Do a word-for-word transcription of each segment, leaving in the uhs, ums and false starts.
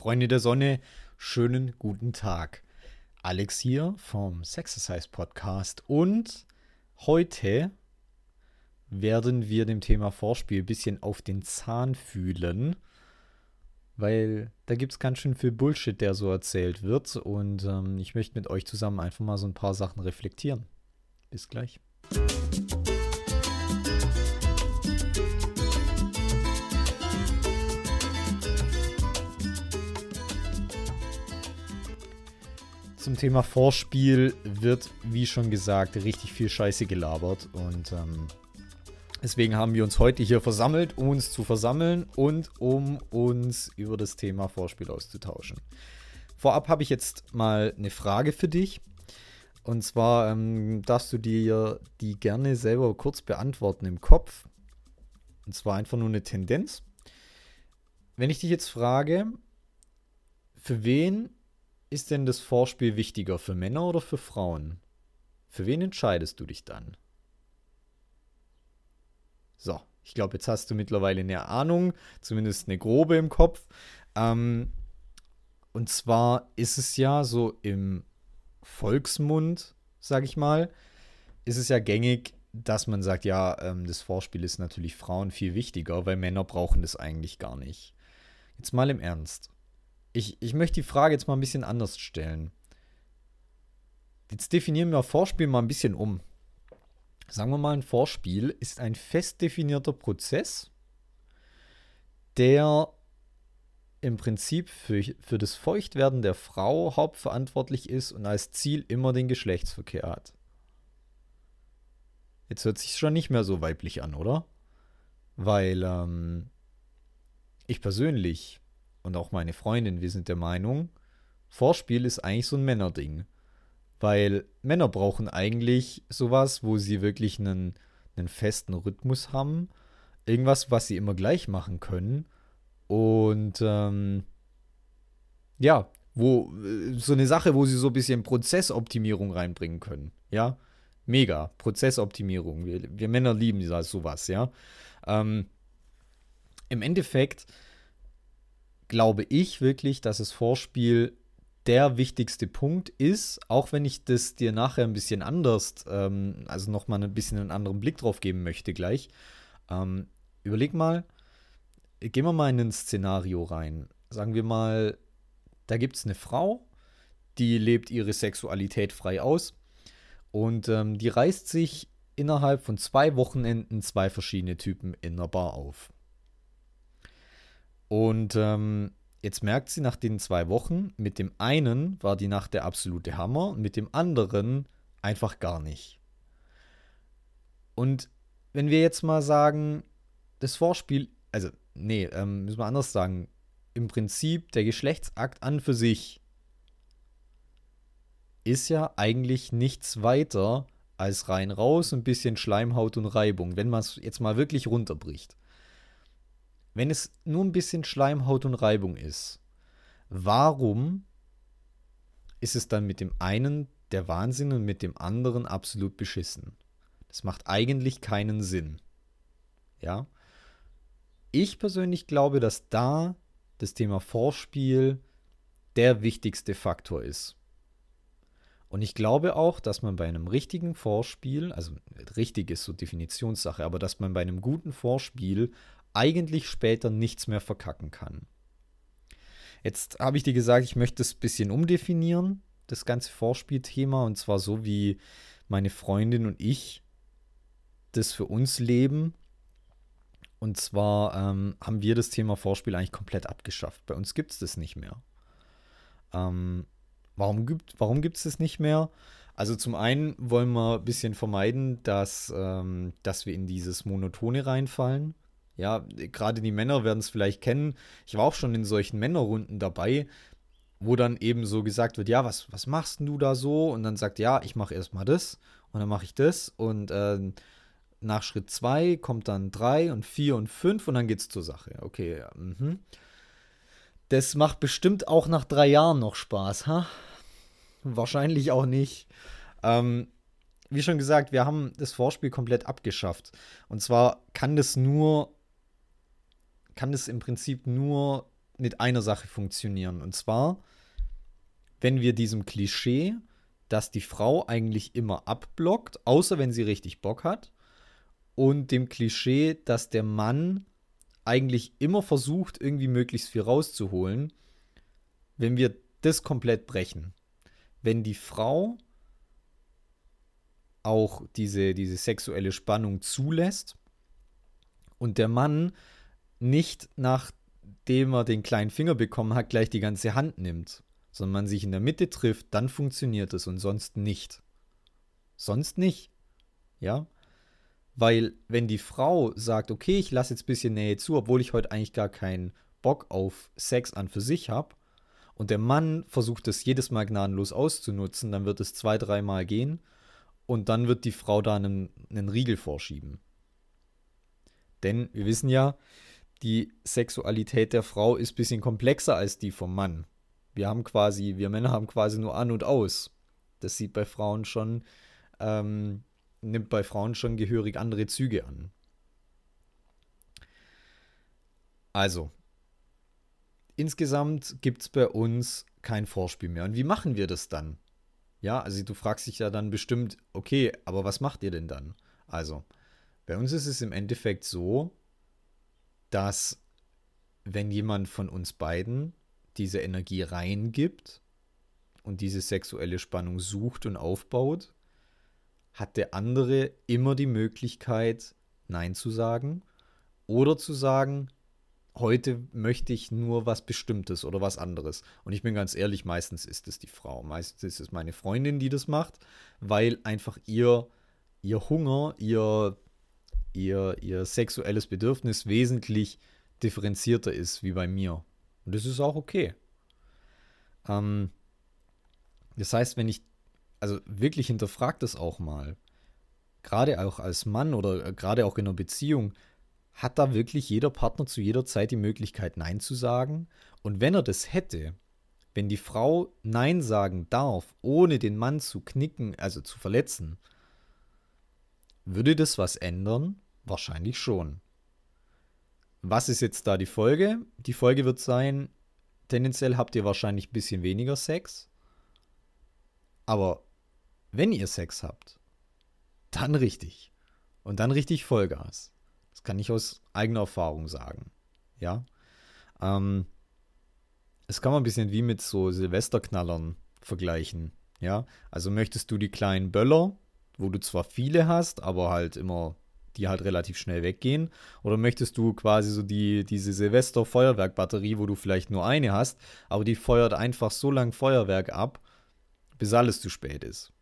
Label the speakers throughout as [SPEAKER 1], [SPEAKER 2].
[SPEAKER 1] Freunde der Sonne, schönen guten Tag. Alex hier vom Sexercise Podcast und heute werden wir dem Thema Vorspiel ein bisschen auf den Zahn fühlen, weil da gibt es ganz schön viel Bullshit, der so erzählt wird und ähm, ich möchte mit euch zusammen einfach mal so ein paar Sachen reflektieren. Bis gleich. Zum Thema Vorspiel wird, wie schon gesagt, richtig viel Scheiße gelabert und ähm, deswegen haben wir uns heute hier versammelt, um uns zu versammeln und um uns über das Thema Vorspiel auszutauschen. Vorab habe ich jetzt mal eine Frage für dich und zwar ähm, darfst du dir die gerne selber kurz beantworten im Kopf und zwar einfach nur eine Tendenz. Wenn ich dich jetzt frage, für wen ist denn das Vorspiel wichtiger, für Männer oder für Frauen? Für wen entscheidest du dich dann? So, ich glaube, jetzt hast du mittlerweile eine Ahnung, zumindest eine grobe im Kopf. Ähm, und zwar ist es ja so im Volksmund, sag ich mal, ist es ja gängig, dass man sagt, ja, ähm, das Vorspiel ist natürlich Frauen viel wichtiger, weil Männer brauchen das eigentlich gar nicht. Jetzt mal im Ernst. Ich, ich möchte die Frage jetzt mal ein bisschen anders stellen. Jetzt definieren wir Vorspiel mal ein bisschen um. Sagen wir mal, ein Vorspiel ist ein fest definierter Prozess, der im Prinzip für, für das Feuchtwerden der Frau hauptverantwortlich ist und als Ziel immer den Geschlechtsverkehr hat. Jetzt hört sich schon nicht mehr so weiblich an, oder? Weil ähm, ich persönlich und auch meine Freundin, wir sind der Meinung, Vorspiel ist eigentlich so ein Männerding. Weil Männer brauchen eigentlich sowas, wo sie wirklich einen, einen festen Rhythmus haben. Irgendwas, was sie immer gleich machen können. Und ähm, ja, wo so eine Sache, wo sie so ein bisschen Prozessoptimierung reinbringen können. Ja, mega. Prozessoptimierung. Wir, wir Männer lieben sowas, ja. Ähm, Im Endeffekt glaube ich wirklich, dass das Vorspiel der wichtigste Punkt ist, auch wenn ich das dir nachher ein bisschen anders, ähm, also nochmal ein bisschen einen anderen Blick drauf geben möchte gleich. Ähm, überleg mal, gehen wir mal in ein Szenario rein. Sagen wir mal, da gibt es eine Frau, die lebt ihre Sexualität frei aus und ähm, die reißt sich innerhalb von zwei Wochenenden zwei verschiedene Typen in einer Bar auf. Und ähm, jetzt merkt sie nach den zwei Wochen, mit dem einen war die Nacht der absolute Hammer und mit dem anderen einfach gar nicht. Und wenn wir jetzt mal sagen, das Vorspiel, also nee, ähm, müssen wir anders sagen, im Prinzip der Geschlechtsakt an für sich ist ja eigentlich nichts weiter als rein raus, ein bisschen Schleimhaut und Reibung, wenn man es jetzt mal wirklich runterbricht. Wenn es nur ein bisschen Schleimhaut und Reibung ist, warum ist es dann mit dem einen der Wahnsinn und mit dem anderen absolut beschissen? Das macht eigentlich keinen Sinn. Ja? Ich persönlich glaube, dass da das Thema Vorspiel der wichtigste Faktor ist. Und ich glaube auch, dass man bei einem richtigen Vorspiel, also richtig ist so Definitionssache, aber dass man bei einem guten Vorspiel eigentlich später nichts mehr verkacken kann. Jetzt habe ich dir gesagt, ich möchte es ein bisschen umdefinieren, das ganze Vorspielthema, und zwar so, wie meine Freundin und ich das für uns leben. Und zwar ähm, haben wir das Thema Vorspiel eigentlich komplett abgeschafft. Bei uns gibt es das nicht mehr. Ähm, warum gibt warum gibt es das nicht mehr? Also zum einen wollen wir ein bisschen vermeiden, dass, ähm, dass wir in dieses Monotone reinfallen. Ja, gerade die Männer werden es vielleicht kennen. Ich war auch schon in solchen Männerrunden dabei, wo dann eben so gesagt wird, ja, was, was machst denn du da so? Und dann sagt, ja, ich mache erstmal das und dann mache ich das. Und äh, nach Schritt zwei kommt dann drei und vier und fünf und dann geht's zur Sache. Okay, ja, mhm. Das macht bestimmt auch nach drei Jahren noch Spaß, ha? Wahrscheinlich auch nicht. Ähm, wie schon gesagt, wir haben das Vorspiel komplett abgeschafft. Und zwar kann das nur, kann das im Prinzip nur mit einer Sache funktionieren. Und zwar, wenn wir diesem Klischee, dass die Frau eigentlich immer abblockt, außer wenn sie richtig Bock hat, und dem Klischee, dass der Mann eigentlich immer versucht, irgendwie möglichst viel rauszuholen, wenn wir das komplett brechen. Wenn die Frau auch diese, diese sexuelle Spannung zulässt und der Mann nicht, nachdem er den kleinen Finger bekommen hat, gleich die ganze Hand nimmt, sondern man sich in der Mitte trifft, dann funktioniert es und sonst nicht. Sonst nicht. Ja? Weil wenn die Frau sagt, okay, ich lasse jetzt ein bisschen Nähe zu, obwohl ich heute eigentlich gar keinen Bock auf Sex an für sich habe, und der Mann versucht das jedes Mal gnadenlos auszunutzen, dann wird es zwei, dreimal gehen und dann wird die Frau da einen, einen Riegel vorschieben. Denn wir wissen ja, die Sexualität der Frau ist ein bisschen komplexer als die vom Mann. Wir haben quasi, wir Männer haben quasi nur an und aus. Das sieht bei Frauen schon, ähm, nimmt bei Frauen schon gehörig andere Züge an. Also, insgesamt gibt es bei uns kein Vorspiel mehr. Und wie machen wir das dann? Ja, also du fragst dich ja dann bestimmt, okay, aber was macht ihr denn dann? Also, bei uns ist es im Endeffekt so, dass wenn jemand von uns beiden diese Energie reingibt und diese sexuelle Spannung sucht und aufbaut, hat der andere immer die Möglichkeit, Nein zu sagen oder zu sagen, heute möchte ich nur was Bestimmtes oder was anderes. Und ich bin ganz ehrlich, meistens ist es die Frau. Meistens ist es meine Freundin, die das macht, weil einfach ihr, ihr Hunger, ihr, ihr, ihr sexuelles Bedürfnis wesentlich differenzierter ist wie bei mir. Und das ist auch okay. Ähm, das heißt, wenn ich, also wirklich hinterfragt das auch mal, gerade auch als Mann oder äh, gerade auch in einer Beziehung, hat da wirklich jeder Partner zu jeder Zeit die Möglichkeit, Nein zu sagen? Und wenn er das hätte, wenn die Frau Nein sagen darf, ohne den Mann zu knicken, also zu verletzen, würde das was ändern? Wahrscheinlich schon. Was ist jetzt da die Folge? Die Folge wird sein, tendenziell habt ihr wahrscheinlich ein bisschen weniger Sex. Aber wenn ihr Sex habt, dann richtig. Und dann richtig Vollgas. Das kann ich aus eigener Erfahrung sagen. Ja. Ähm, das kann man ein bisschen wie mit so Silvesterknallern vergleichen. Ja. Also möchtest du die kleinen Böller, wo du zwar viele hast, aber halt immer, die halt relativ schnell weggehen, oder möchtest du quasi so die, diese Silvester-Feuerwerk-Batterie, wo du vielleicht nur eine hast, aber die feuert einfach so lang Feuerwerk ab, bis alles zu spät ist.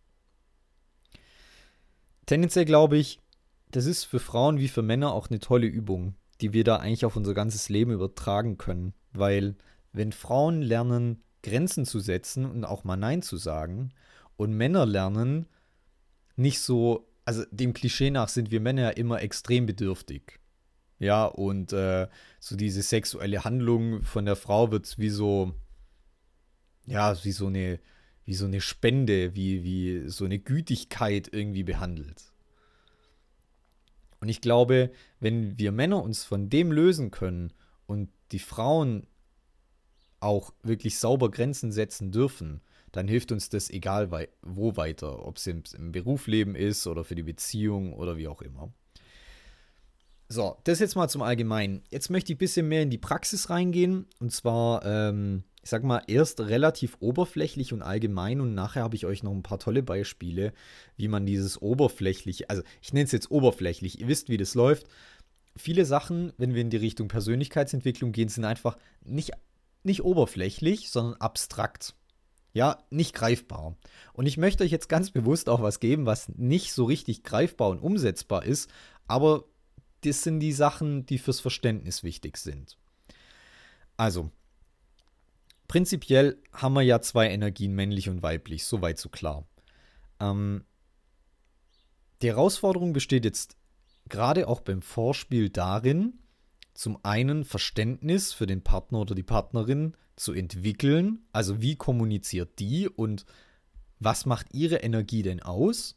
[SPEAKER 1] Tendenziell glaube ich, das ist für Frauen wie für Männer auch eine tolle Übung, die wir da eigentlich auf unser ganzes Leben übertragen können. Weil wenn Frauen lernen, Grenzen zu setzen und auch mal Nein zu sagen und Männer lernen, nicht so, also dem Klischee nach sind wir Männer ja immer extrem bedürftig. Ja, und äh, so diese sexuelle Handlung von der Frau wird wie so, ja, wie so eine, wie so eine Spende, wie, wie so eine Gütigkeit irgendwie behandelt. Und ich glaube, wenn wir Männer uns von dem lösen können und die Frauen auch wirklich sauber Grenzen setzen dürfen, dann hilft uns das egal wei- wo weiter, ob es im, im Berufsleben ist oder für die Beziehung oder wie auch immer. So, das jetzt mal zum Allgemeinen. Jetzt möchte ich ein bisschen mehr in die Praxis reingehen und zwar, ähm, ich sag mal, erst relativ oberflächlich und allgemein und nachher habe ich euch noch ein paar tolle Beispiele, wie man dieses oberflächliche, also ich nenne es jetzt oberflächlich, ihr wisst, wie das läuft. Viele Sachen, wenn wir in die Richtung Persönlichkeitsentwicklung gehen, sind einfach nicht, nicht oberflächlich, sondern abstrakt. Ja, nicht greifbar. Und ich möchte euch jetzt ganz bewusst auch was geben, was nicht so richtig greifbar und umsetzbar ist, aber das sind die Sachen, die fürs Verständnis wichtig sind. Also, prinzipiell haben wir ja zwei Energien, männlich und weiblich, soweit so klar. Ähm, die Herausforderung besteht jetzt gerade auch beim Vorspiel darin, zum einen Verständnis für den Partner oder die Partnerin zu entwickeln, also wie kommuniziert die und was macht ihre Energie denn aus?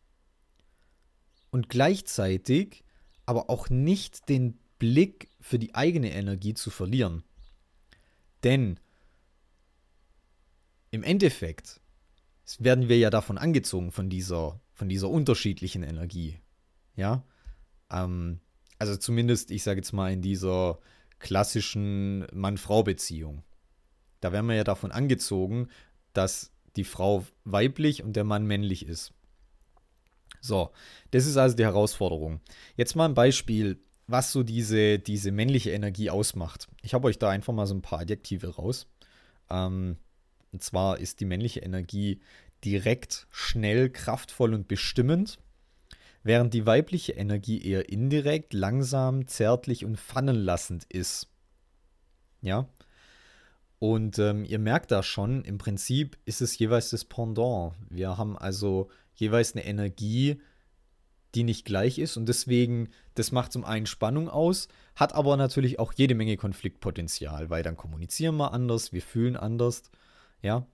[SPEAKER 1] Und gleichzeitig aber auch nicht den Blick für die eigene Energie zu verlieren. Denn im Endeffekt werden wir ja davon angezogen, von dieser, von dieser unterschiedlichen Energie. Ja, ähm, also zumindest, ich sage jetzt mal, in dieser klassischen Mann-Frau-Beziehung. Da werden wir ja davon angezogen, dass die Frau weiblich und der Mann männlich ist. So, das ist also die Herausforderung. Jetzt mal ein Beispiel, was so diese, diese männliche Energie ausmacht. Ich habe euch da einfach mal so ein paar Adjektive raus. Ähm, und zwar ist die männliche Energie direkt, schnell, kraftvoll und bestimmend, während die weibliche Energie eher indirekt, langsam, zärtlich und fallenlassend ist. Ja? Und ähm, ihr merkt da schon, im Prinzip ist es jeweils das Pendant. Wir haben also jeweils eine Energie, die nicht gleich ist und deswegen, das macht zum einen Spannung aus, hat aber natürlich auch jede Menge Konfliktpotenzial, weil dann kommunizieren wir anders, wir fühlen anders, ja.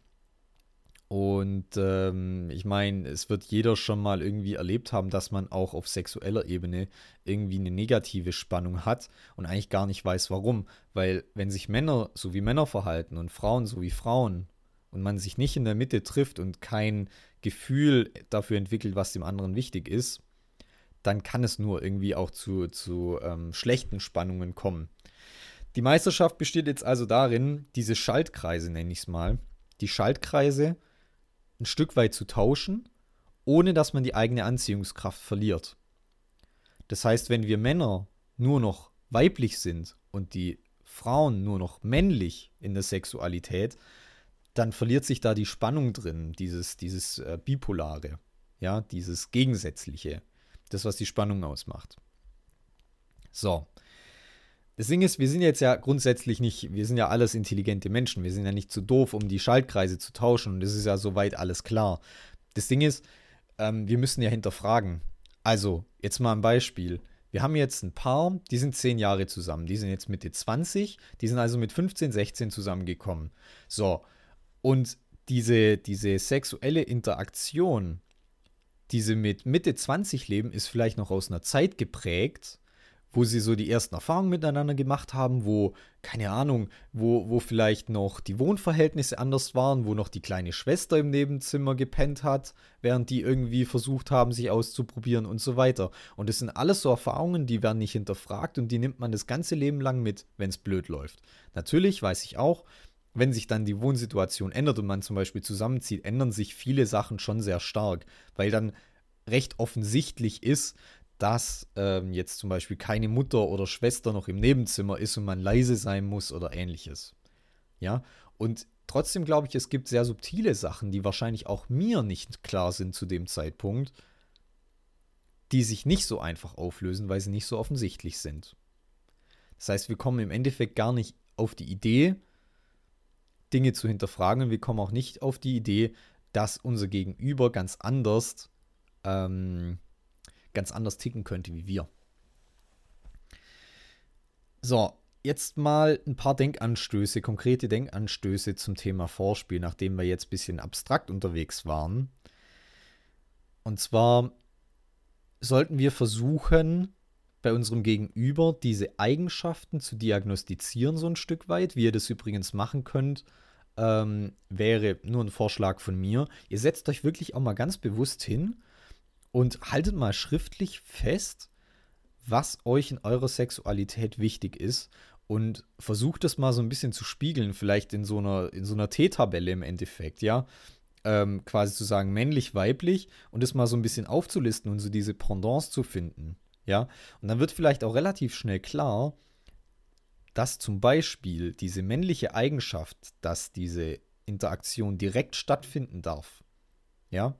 [SPEAKER 1] Und ähm, ich meine, es wird jeder schon mal irgendwie erlebt haben, dass man auch auf sexueller Ebene irgendwie eine negative Spannung hat und eigentlich gar nicht weiß, warum. Weil wenn sich Männer so wie Männer verhalten und Frauen so wie Frauen und man sich nicht in der Mitte trifft und kein Gefühl dafür entwickelt, was dem anderen wichtig ist, dann kann es nur irgendwie auch zu, zu ähm, schlechten Spannungen kommen. Die Meisterschaft besteht jetzt also darin, diese Schaltkreise, nenne ich es mal, die Schaltkreise ein Stück weit zu tauschen, ohne dass man die eigene Anziehungskraft verliert. Das heißt, wenn wir Männer nur noch weiblich sind und die Frauen nur noch männlich in der Sexualität, dann verliert sich da die Spannung drin, dieses, dieses äh, Bipolare, ja, dieses Gegensätzliche, das, was die Spannung ausmacht. So. Das Ding ist, wir sind jetzt ja grundsätzlich nicht, wir sind ja alles intelligente Menschen, wir sind ja nicht zu doof, um die Schaltkreise zu tauschen und das ist ja soweit alles klar. Das Ding ist, ähm, wir müssen ja hinterfragen. Also, jetzt mal ein Beispiel. Wir haben jetzt ein Paar, die sind zehn Jahre zusammen, die sind jetzt Mitte zwanzig, die sind also mit fünfzehn, sechzehn zusammengekommen. So, und diese, diese sexuelle Interaktion, die sie mit Mitte zwanzig leben, ist vielleicht noch aus einer Zeit geprägt, wo sie so die ersten Erfahrungen miteinander gemacht haben, wo, keine Ahnung, wo, wo vielleicht noch die Wohnverhältnisse anders waren, wo noch die kleine Schwester im Nebenzimmer gepennt hat, während die irgendwie versucht haben, sich auszuprobieren und so weiter. Und das sind alles so Erfahrungen, die werden nicht hinterfragt und die nimmt man das ganze Leben lang mit, wenn es blöd läuft. Natürlich weiß ich auch, wenn sich dann die Wohnsituation ändert und man zum Beispiel zusammenzieht, ändern sich viele Sachen schon sehr stark, weil dann recht offensichtlich ist, dass ähm, jetzt zum Beispiel keine Mutter oder Schwester noch im Nebenzimmer ist und man leise sein muss oder ähnliches. Ja, und trotzdem glaube ich, es gibt sehr subtile Sachen, die wahrscheinlich auch mir nicht klar sind zu dem Zeitpunkt, die sich nicht so einfach auflösen, weil sie nicht so offensichtlich sind. Das heißt, wir kommen im Endeffekt gar nicht auf die Idee, Dinge zu hinterfragen und wir kommen auch nicht auf die Idee, dass unser Gegenüber ganz anders ähm, ganz anders ticken könnte wie wir. So, jetzt mal ein paar Denkanstöße, konkrete Denkanstöße zum Thema Vorspiel, nachdem wir jetzt ein bisschen abstrakt unterwegs waren. Und zwar sollten wir versuchen, bei unserem Gegenüber diese Eigenschaften zu diagnostizieren, so ein Stück weit. Wie ihr das übrigens machen könnt, ähm, wäre nur ein Vorschlag von mir. Ihr setzt euch wirklich auch mal ganz bewusst hin und haltet mal schriftlich fest, was euch in eurer Sexualität wichtig ist und versucht das mal so ein bisschen zu spiegeln, vielleicht in so einer, in so einer T-Tabelle im Endeffekt, ja. Ähm, quasi zu sagen, männlich, weiblich und das mal so ein bisschen aufzulisten und so diese Pendants zu finden, ja. Und dann wird vielleicht auch relativ schnell klar, dass zum Beispiel diese männliche Eigenschaft, dass diese Interaktion direkt stattfinden darf, ja,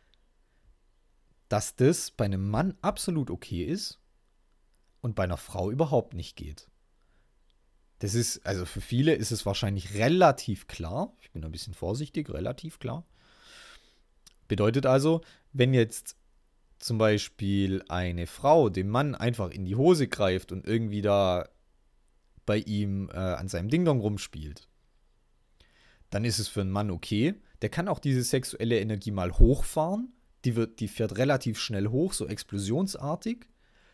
[SPEAKER 1] dass das bei einem Mann absolut okay ist und bei einer Frau überhaupt nicht geht. Das ist, also für viele ist es wahrscheinlich relativ klar, ich bin ein bisschen vorsichtig, relativ klar. Bedeutet also, wenn jetzt zum Beispiel eine Frau dem Mann einfach in die Hose greift und irgendwie da bei ihm äh, an seinem Ding-Dong rumspielt, dann ist es für einen Mann okay. Der kann auch diese sexuelle Energie mal hochfahren. Die, wird, die fährt relativ schnell hoch, so explosionsartig.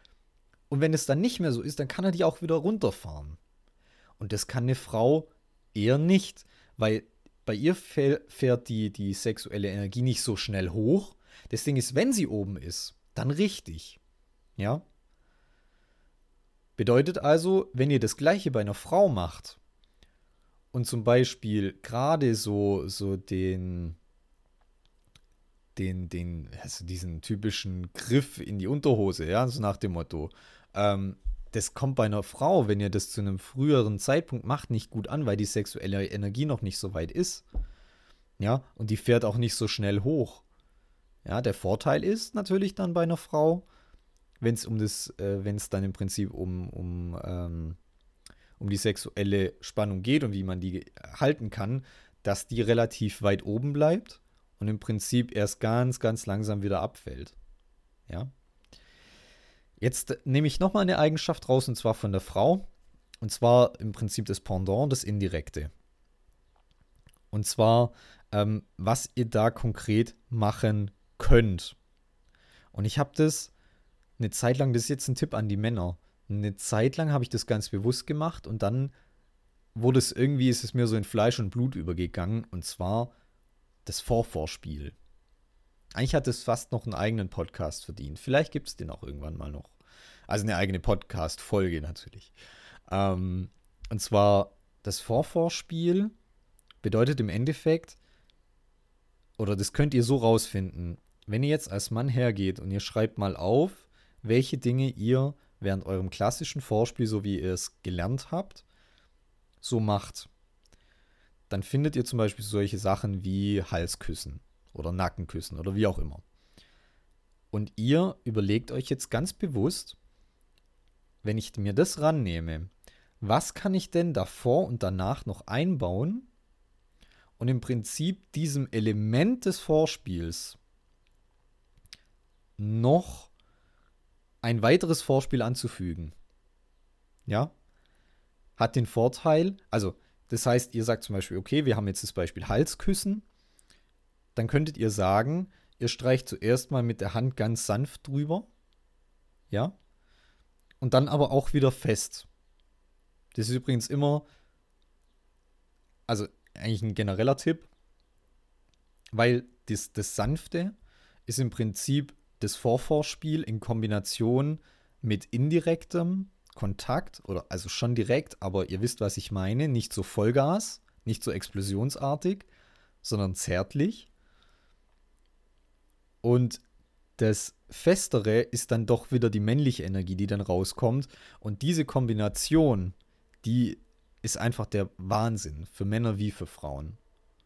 [SPEAKER 1] Und wenn es dann nicht mehr so ist, dann kann er die auch wieder runterfahren. Und das kann eine Frau Eher nicht, weil bei ihr fährt die, die sexuelle Energie nicht so schnell hoch. Das Ding ist, wenn sie oben ist, dann richtig. Ja? Bedeutet also, wenn ihr das Gleiche bei einer Frau macht und zum Beispiel gerade so, so den, den, den, also diesen typischen Griff in die Unterhose, ja, so nach dem Motto, ähm, das kommt bei einer Frau, wenn ihr das zu einem früheren Zeitpunkt macht, nicht gut an, weil die sexuelle Energie noch nicht so weit ist. Ja, und die fährt auch nicht so schnell hoch. Ja, der Vorteil ist natürlich dann bei einer Frau, wenn es um das, äh, wenn es dann im Prinzip um, um, ähm, um die sexuelle Spannung geht und wie man die halten kann, dass die relativ weit oben bleibt und im Prinzip erst ganz, ganz langsam wieder abfällt. Ja. Jetzt nehme ich nochmal eine Eigenschaft raus, und zwar von der Frau. Und zwar im Prinzip das Pendant, das Indirekte. Und zwar, ähm, was ihr da konkret machen könnt. Und ich habe das eine Zeit lang, das ist jetzt ein Tipp an die Männer, eine Zeit lang habe ich das ganz bewusst gemacht und dann wurde es irgendwie, ist es mir so in Fleisch und Blut übergegangen, und zwar das Vorvorspiel. Eigentlich hat es fast noch einen eigenen Podcast verdient. Vielleicht gibt es den auch irgendwann mal noch. Also eine eigene Podcast-Folge natürlich. Ähm, und zwar das Vorvorspiel bedeutet im Endeffekt, oder das könnt ihr so rausfinden, wenn ihr jetzt als Mann hergeht und ihr schreibt mal auf, welche Dinge ihr während eurem klassischen Vorspiel, so wie ihr es gelernt habt, so macht. Dann findet ihr zum Beispiel solche Sachen wie Halsküssen oder Nackenküssen oder wie auch immer. Und ihr überlegt euch jetzt ganz bewusst, wenn ich mir das rannehme, was kann ich denn davor und danach noch einbauen und im Prinzip diesem Element des Vorspiels noch ein weiteres Vorspiel anzufügen. Ja? Hat den Vorteil, also das heißt, ihr sagt zum Beispiel, okay, wir haben jetzt das Beispiel Halsküssen, dann könntet ihr sagen, ihr streicht zuerst mal mit der Hand ganz sanft drüber, ja, und dann aber auch wieder fest. Das ist übrigens immer, also eigentlich ein genereller Tipp, weil das, das Sanfte ist im Prinzip das Vorvorspiel in Kombination mit indirektem Kontakt, oder also schon direkt, aber ihr wisst, was ich meine, nicht so Vollgas, nicht so explosionsartig, sondern zärtlich. Und das Festere ist dann doch wieder die männliche Energie, die dann rauskommt. Und diese Kombination, die ist einfach der Wahnsinn, für Männer wie für Frauen.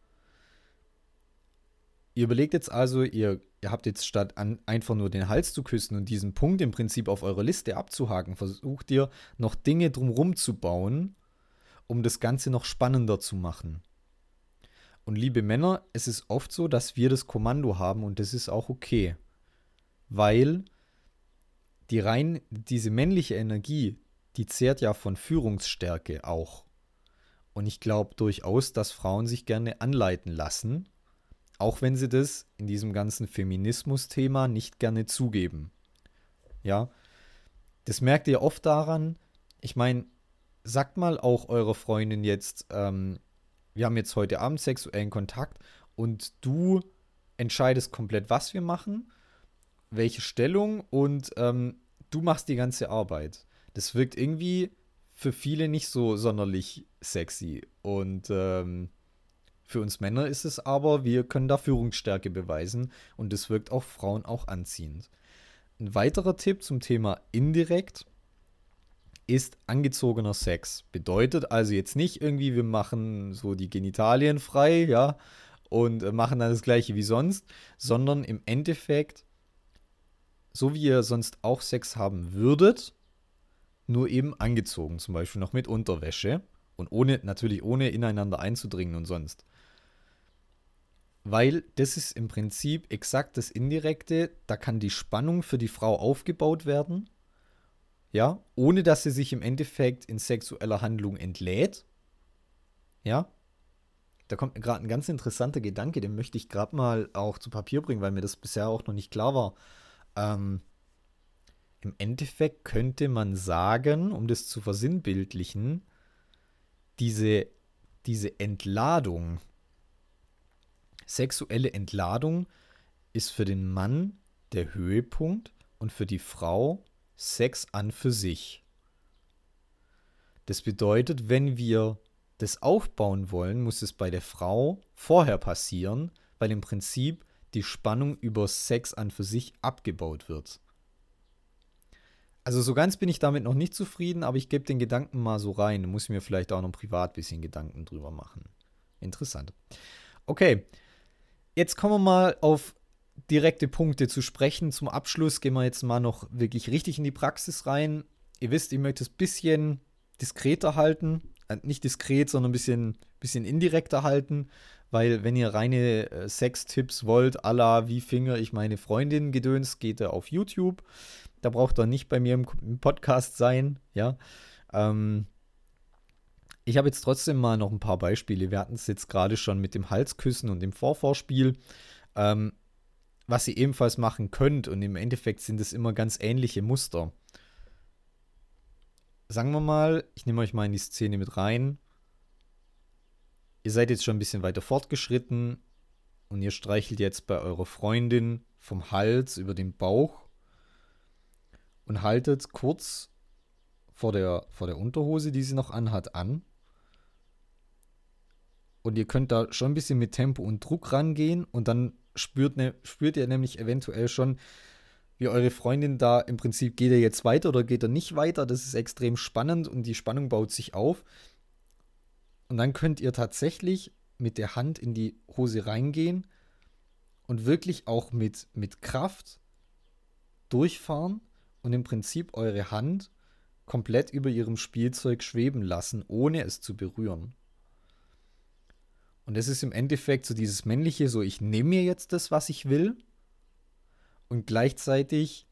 [SPEAKER 1] Ihr überlegt jetzt also, ihr, ihr habt jetzt statt an, einfach nur den Hals zu küssen und diesen Punkt im Prinzip auf eurer Liste abzuhaken, versucht ihr noch Dinge drumherum zu bauen, um das Ganze noch spannender zu machen. Und liebe Männer, es ist oft so, dass wir das Kommando haben und das ist auch okay. Weil die rein, diese männliche Energie, die zehrt ja von Führungsstärke auch. Und ich glaube durchaus, dass Frauen sich gerne anleiten lassen, auch wenn sie das in diesem ganzen Feminismus-Thema nicht gerne zugeben. Ja, das merkt ihr oft daran, ich meine, sagt mal auch eurer Freundin jetzt, ähm, wir haben jetzt heute Abend sexuellen Kontakt und du entscheidest komplett, was wir machen, welche Stellung und ähm, du machst die ganze Arbeit. Das wirkt irgendwie für viele nicht so sonderlich sexy. Und ähm, für uns Männer ist es aber, wir können da Führungsstärke beweisen und es wirkt auf Frauen auch anziehend. Ein weiterer Tipp zum Thema indirekt ist angezogener Sex. Bedeutet also jetzt nicht irgendwie, wir machen so die Genitalien frei, ja, und äh, machen dann das Gleiche wie sonst, sondern im Endeffekt, so wie ihr sonst auch Sex haben würdet, nur eben angezogen, zum Beispiel noch mit Unterwäsche und ohne, natürlich ohne ineinander einzudringen und sonst. Weil das ist im Prinzip exakt das Indirekte, da kann die Spannung für die Frau aufgebaut werden, ja, ohne dass sie sich im Endeffekt in sexueller Handlung entlädt, ja. Da kommt mir gerade ein ganz interessanter Gedanke, den möchte ich gerade mal auch zu Papier bringen, weil mir das bisher auch noch nicht klar war. Ähm, im Endeffekt könnte man sagen, um das zu versinnbildlichen, diese diese Entladung, sexuelle Entladung ist für den Mann der Höhepunkt und für die Frau Sex an für sich. Das bedeutet, wenn wir das aufbauen wollen, muss es bei der Frau vorher passieren, weil im Prinzip die Spannung über Sex an für sich abgebaut wird. Also so ganz bin ich damit noch nicht zufrieden, aber ich gebe den Gedanken mal so rein. Muss mir vielleicht auch noch privat ein bisschen Gedanken drüber machen. Interessant. Okay, jetzt kommen wir mal auf direkte Punkte zu sprechen. Zum Abschluss gehen wir jetzt mal noch wirklich richtig in die Praxis rein. Ihr wisst, ich möchte es ein bisschen diskreter halten. Äh, nicht diskret, sondern ein bisschen, bisschen indirekter halten. Weil wenn ihr reine äh, Sextipps wollt, à la wie finger ich meine Freundin Gedöns, geht ihr auf YouTube. Da braucht ihr nicht bei mir im, im Podcast sein. Ja. Ähm, ich habe jetzt trotzdem mal noch ein paar Beispiele. Wir hatten es jetzt gerade schon mit dem Halsküssen und dem Vorvorspiel. Ähm, was ihr ebenfalls machen könnt. Und im Endeffekt sind es immer ganz ähnliche Muster. Sagen wir mal, ich nehme euch mal in die Szene mit rein. Ihr seid jetzt schon ein bisschen weiter fortgeschritten und ihr streichelt jetzt bei eurer Freundin vom Hals über den Bauch und haltet kurz vor der, vor der Unterhose, die sie noch anhat, an. Und ihr könnt da schon ein bisschen mit Tempo und Druck rangehen und dann spürt, ne, spürt ihr nämlich eventuell schon, wie eure Freundin da im Prinzip, geht er jetzt weiter oder geht er nicht weiter. Das ist extrem spannend und die Spannung baut sich auf. Und dann könnt ihr tatsächlich mit der Hand in die Hose reingehen und wirklich auch mit, mit Kraft durchfahren und im Prinzip eure Hand komplett über ihrem Spielzeug schweben lassen, ohne es zu berühren. Und das ist im Endeffekt so dieses männliche, so ich nehme mir jetzt das, was ich will, und gleichzeitig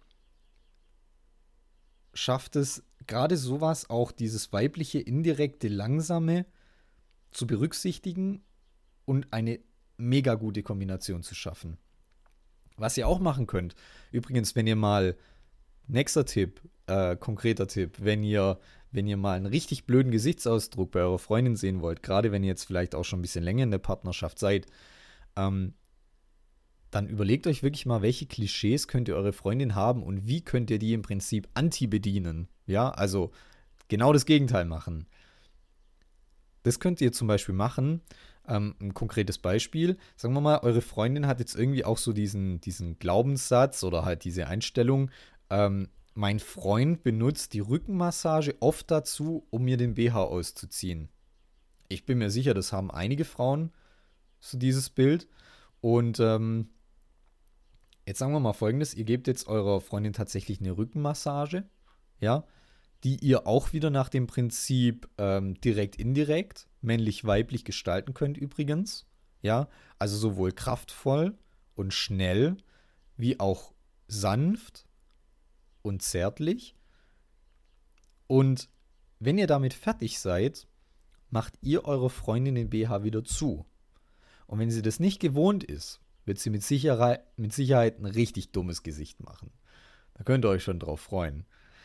[SPEAKER 1] schafft es gerade sowas auch, dieses weibliche, indirekte, langsame zu berücksichtigen und eine mega gute Kombination zu schaffen. Was ihr auch machen könnt, übrigens, wenn ihr mal, nächster Tipp, äh, konkreter Tipp, wenn ihr, wenn ihr mal einen richtig blöden Gesichtsausdruck bei eurer Freundin sehen wollt, gerade wenn ihr jetzt vielleicht auch schon ein bisschen länger in der Partnerschaft seid, ähm, dann überlegt euch wirklich mal, welche Klischees könnt ihr eure Freundin haben und wie könnt ihr die im Prinzip anti-bedienen. Ja, also genau das Gegenteil machen. Das könnt ihr zum Beispiel machen. Ähm, ein konkretes Beispiel. Sagen wir mal, eure Freundin hat jetzt irgendwie auch so diesen, diesen Glaubenssatz oder halt diese Einstellung, ähm, mein Freund benutzt die Rückenmassage oft dazu, um mir den B H auszuziehen. Ich bin mir sicher, das haben einige Frauen, so dieses Bild. Und ähm, jetzt sagen wir mal Folgendes, ihr gebt jetzt eurer Freundin tatsächlich eine Rückenmassage, ja, die ihr auch wieder nach dem Prinzip ähm, direkt-indirekt, männlich-weiblich gestalten könnt übrigens, ja, also sowohl kraftvoll und schnell, wie auch sanft und zärtlich. Und wenn ihr damit fertig seid, macht ihr eurer Freundin den B H wieder zu. Und wenn sie das nicht gewohnt ist, wird sie mit Sicherheit, mit Sicherheit ein richtig dummes Gesicht machen. Da könnt ihr euch schon drauf freuen.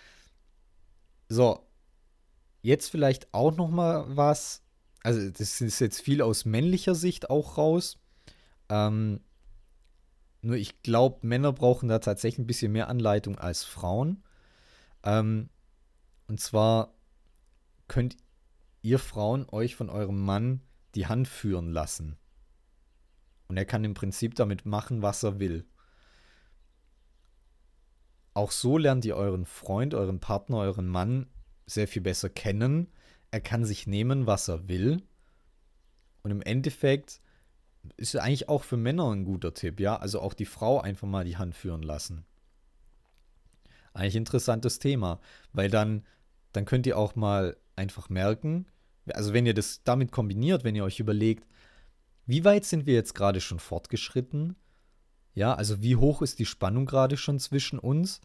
[SPEAKER 1] So, jetzt vielleicht auch noch mal was. Also das ist jetzt viel aus männlicher Sicht auch raus. Ähm, nur ich glaube, Männer brauchen da tatsächlich ein bisschen mehr Anleitung als Frauen. Ähm, und zwar könnt ihr Frauen euch von eurem Mann die Hand führen lassen. Und er kann im Prinzip damit machen, was er will. Auch so lernt ihr euren Freund, euren Partner, euren Mann sehr viel besser kennen. Er kann sich nehmen, was er will. Und im Endeffekt ist er eigentlich auch für Männer ein guter Tipp, ja. Also auch die Frau einfach mal die Hand führen lassen. Eigentlich interessantes Thema, weil dann, dann könnt ihr auch mal einfach merken, also wenn ihr das damit kombiniert, wenn ihr euch überlegt, wie weit sind wir jetzt gerade schon fortgeschritten? Ja, also wie hoch ist die Spannung gerade schon zwischen uns?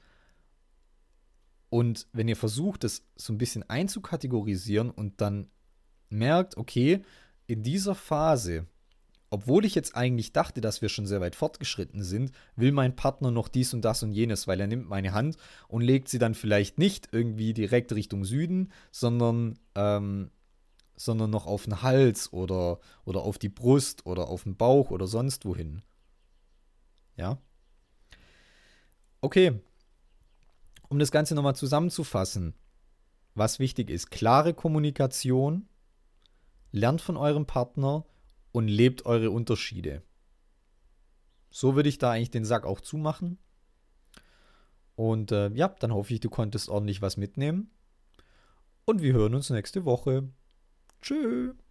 [SPEAKER 1] Und wenn ihr versucht, das so ein bisschen einzukategorisieren und dann merkt, okay, in dieser Phase, obwohl ich jetzt eigentlich dachte, dass wir schon sehr weit fortgeschritten sind, will mein Partner noch dies und das und jenes, weil er nimmt meine Hand und legt sie dann vielleicht nicht irgendwie direkt Richtung Süden, sondern, ähm, sondern noch auf den Hals oder, oder auf die Brust oder auf den Bauch oder sonst wohin. Ja? Okay, um das Ganze nochmal zusammenzufassen, was wichtig ist, klare Kommunikation, lernt von eurem Partner und lebt eure Unterschiede. So würde ich da eigentlich den Sack auch zumachen. Und äh, ja, dann hoffe ich, du konntest ordentlich was mitnehmen. Und wir hören uns nächste Woche. Tschüss.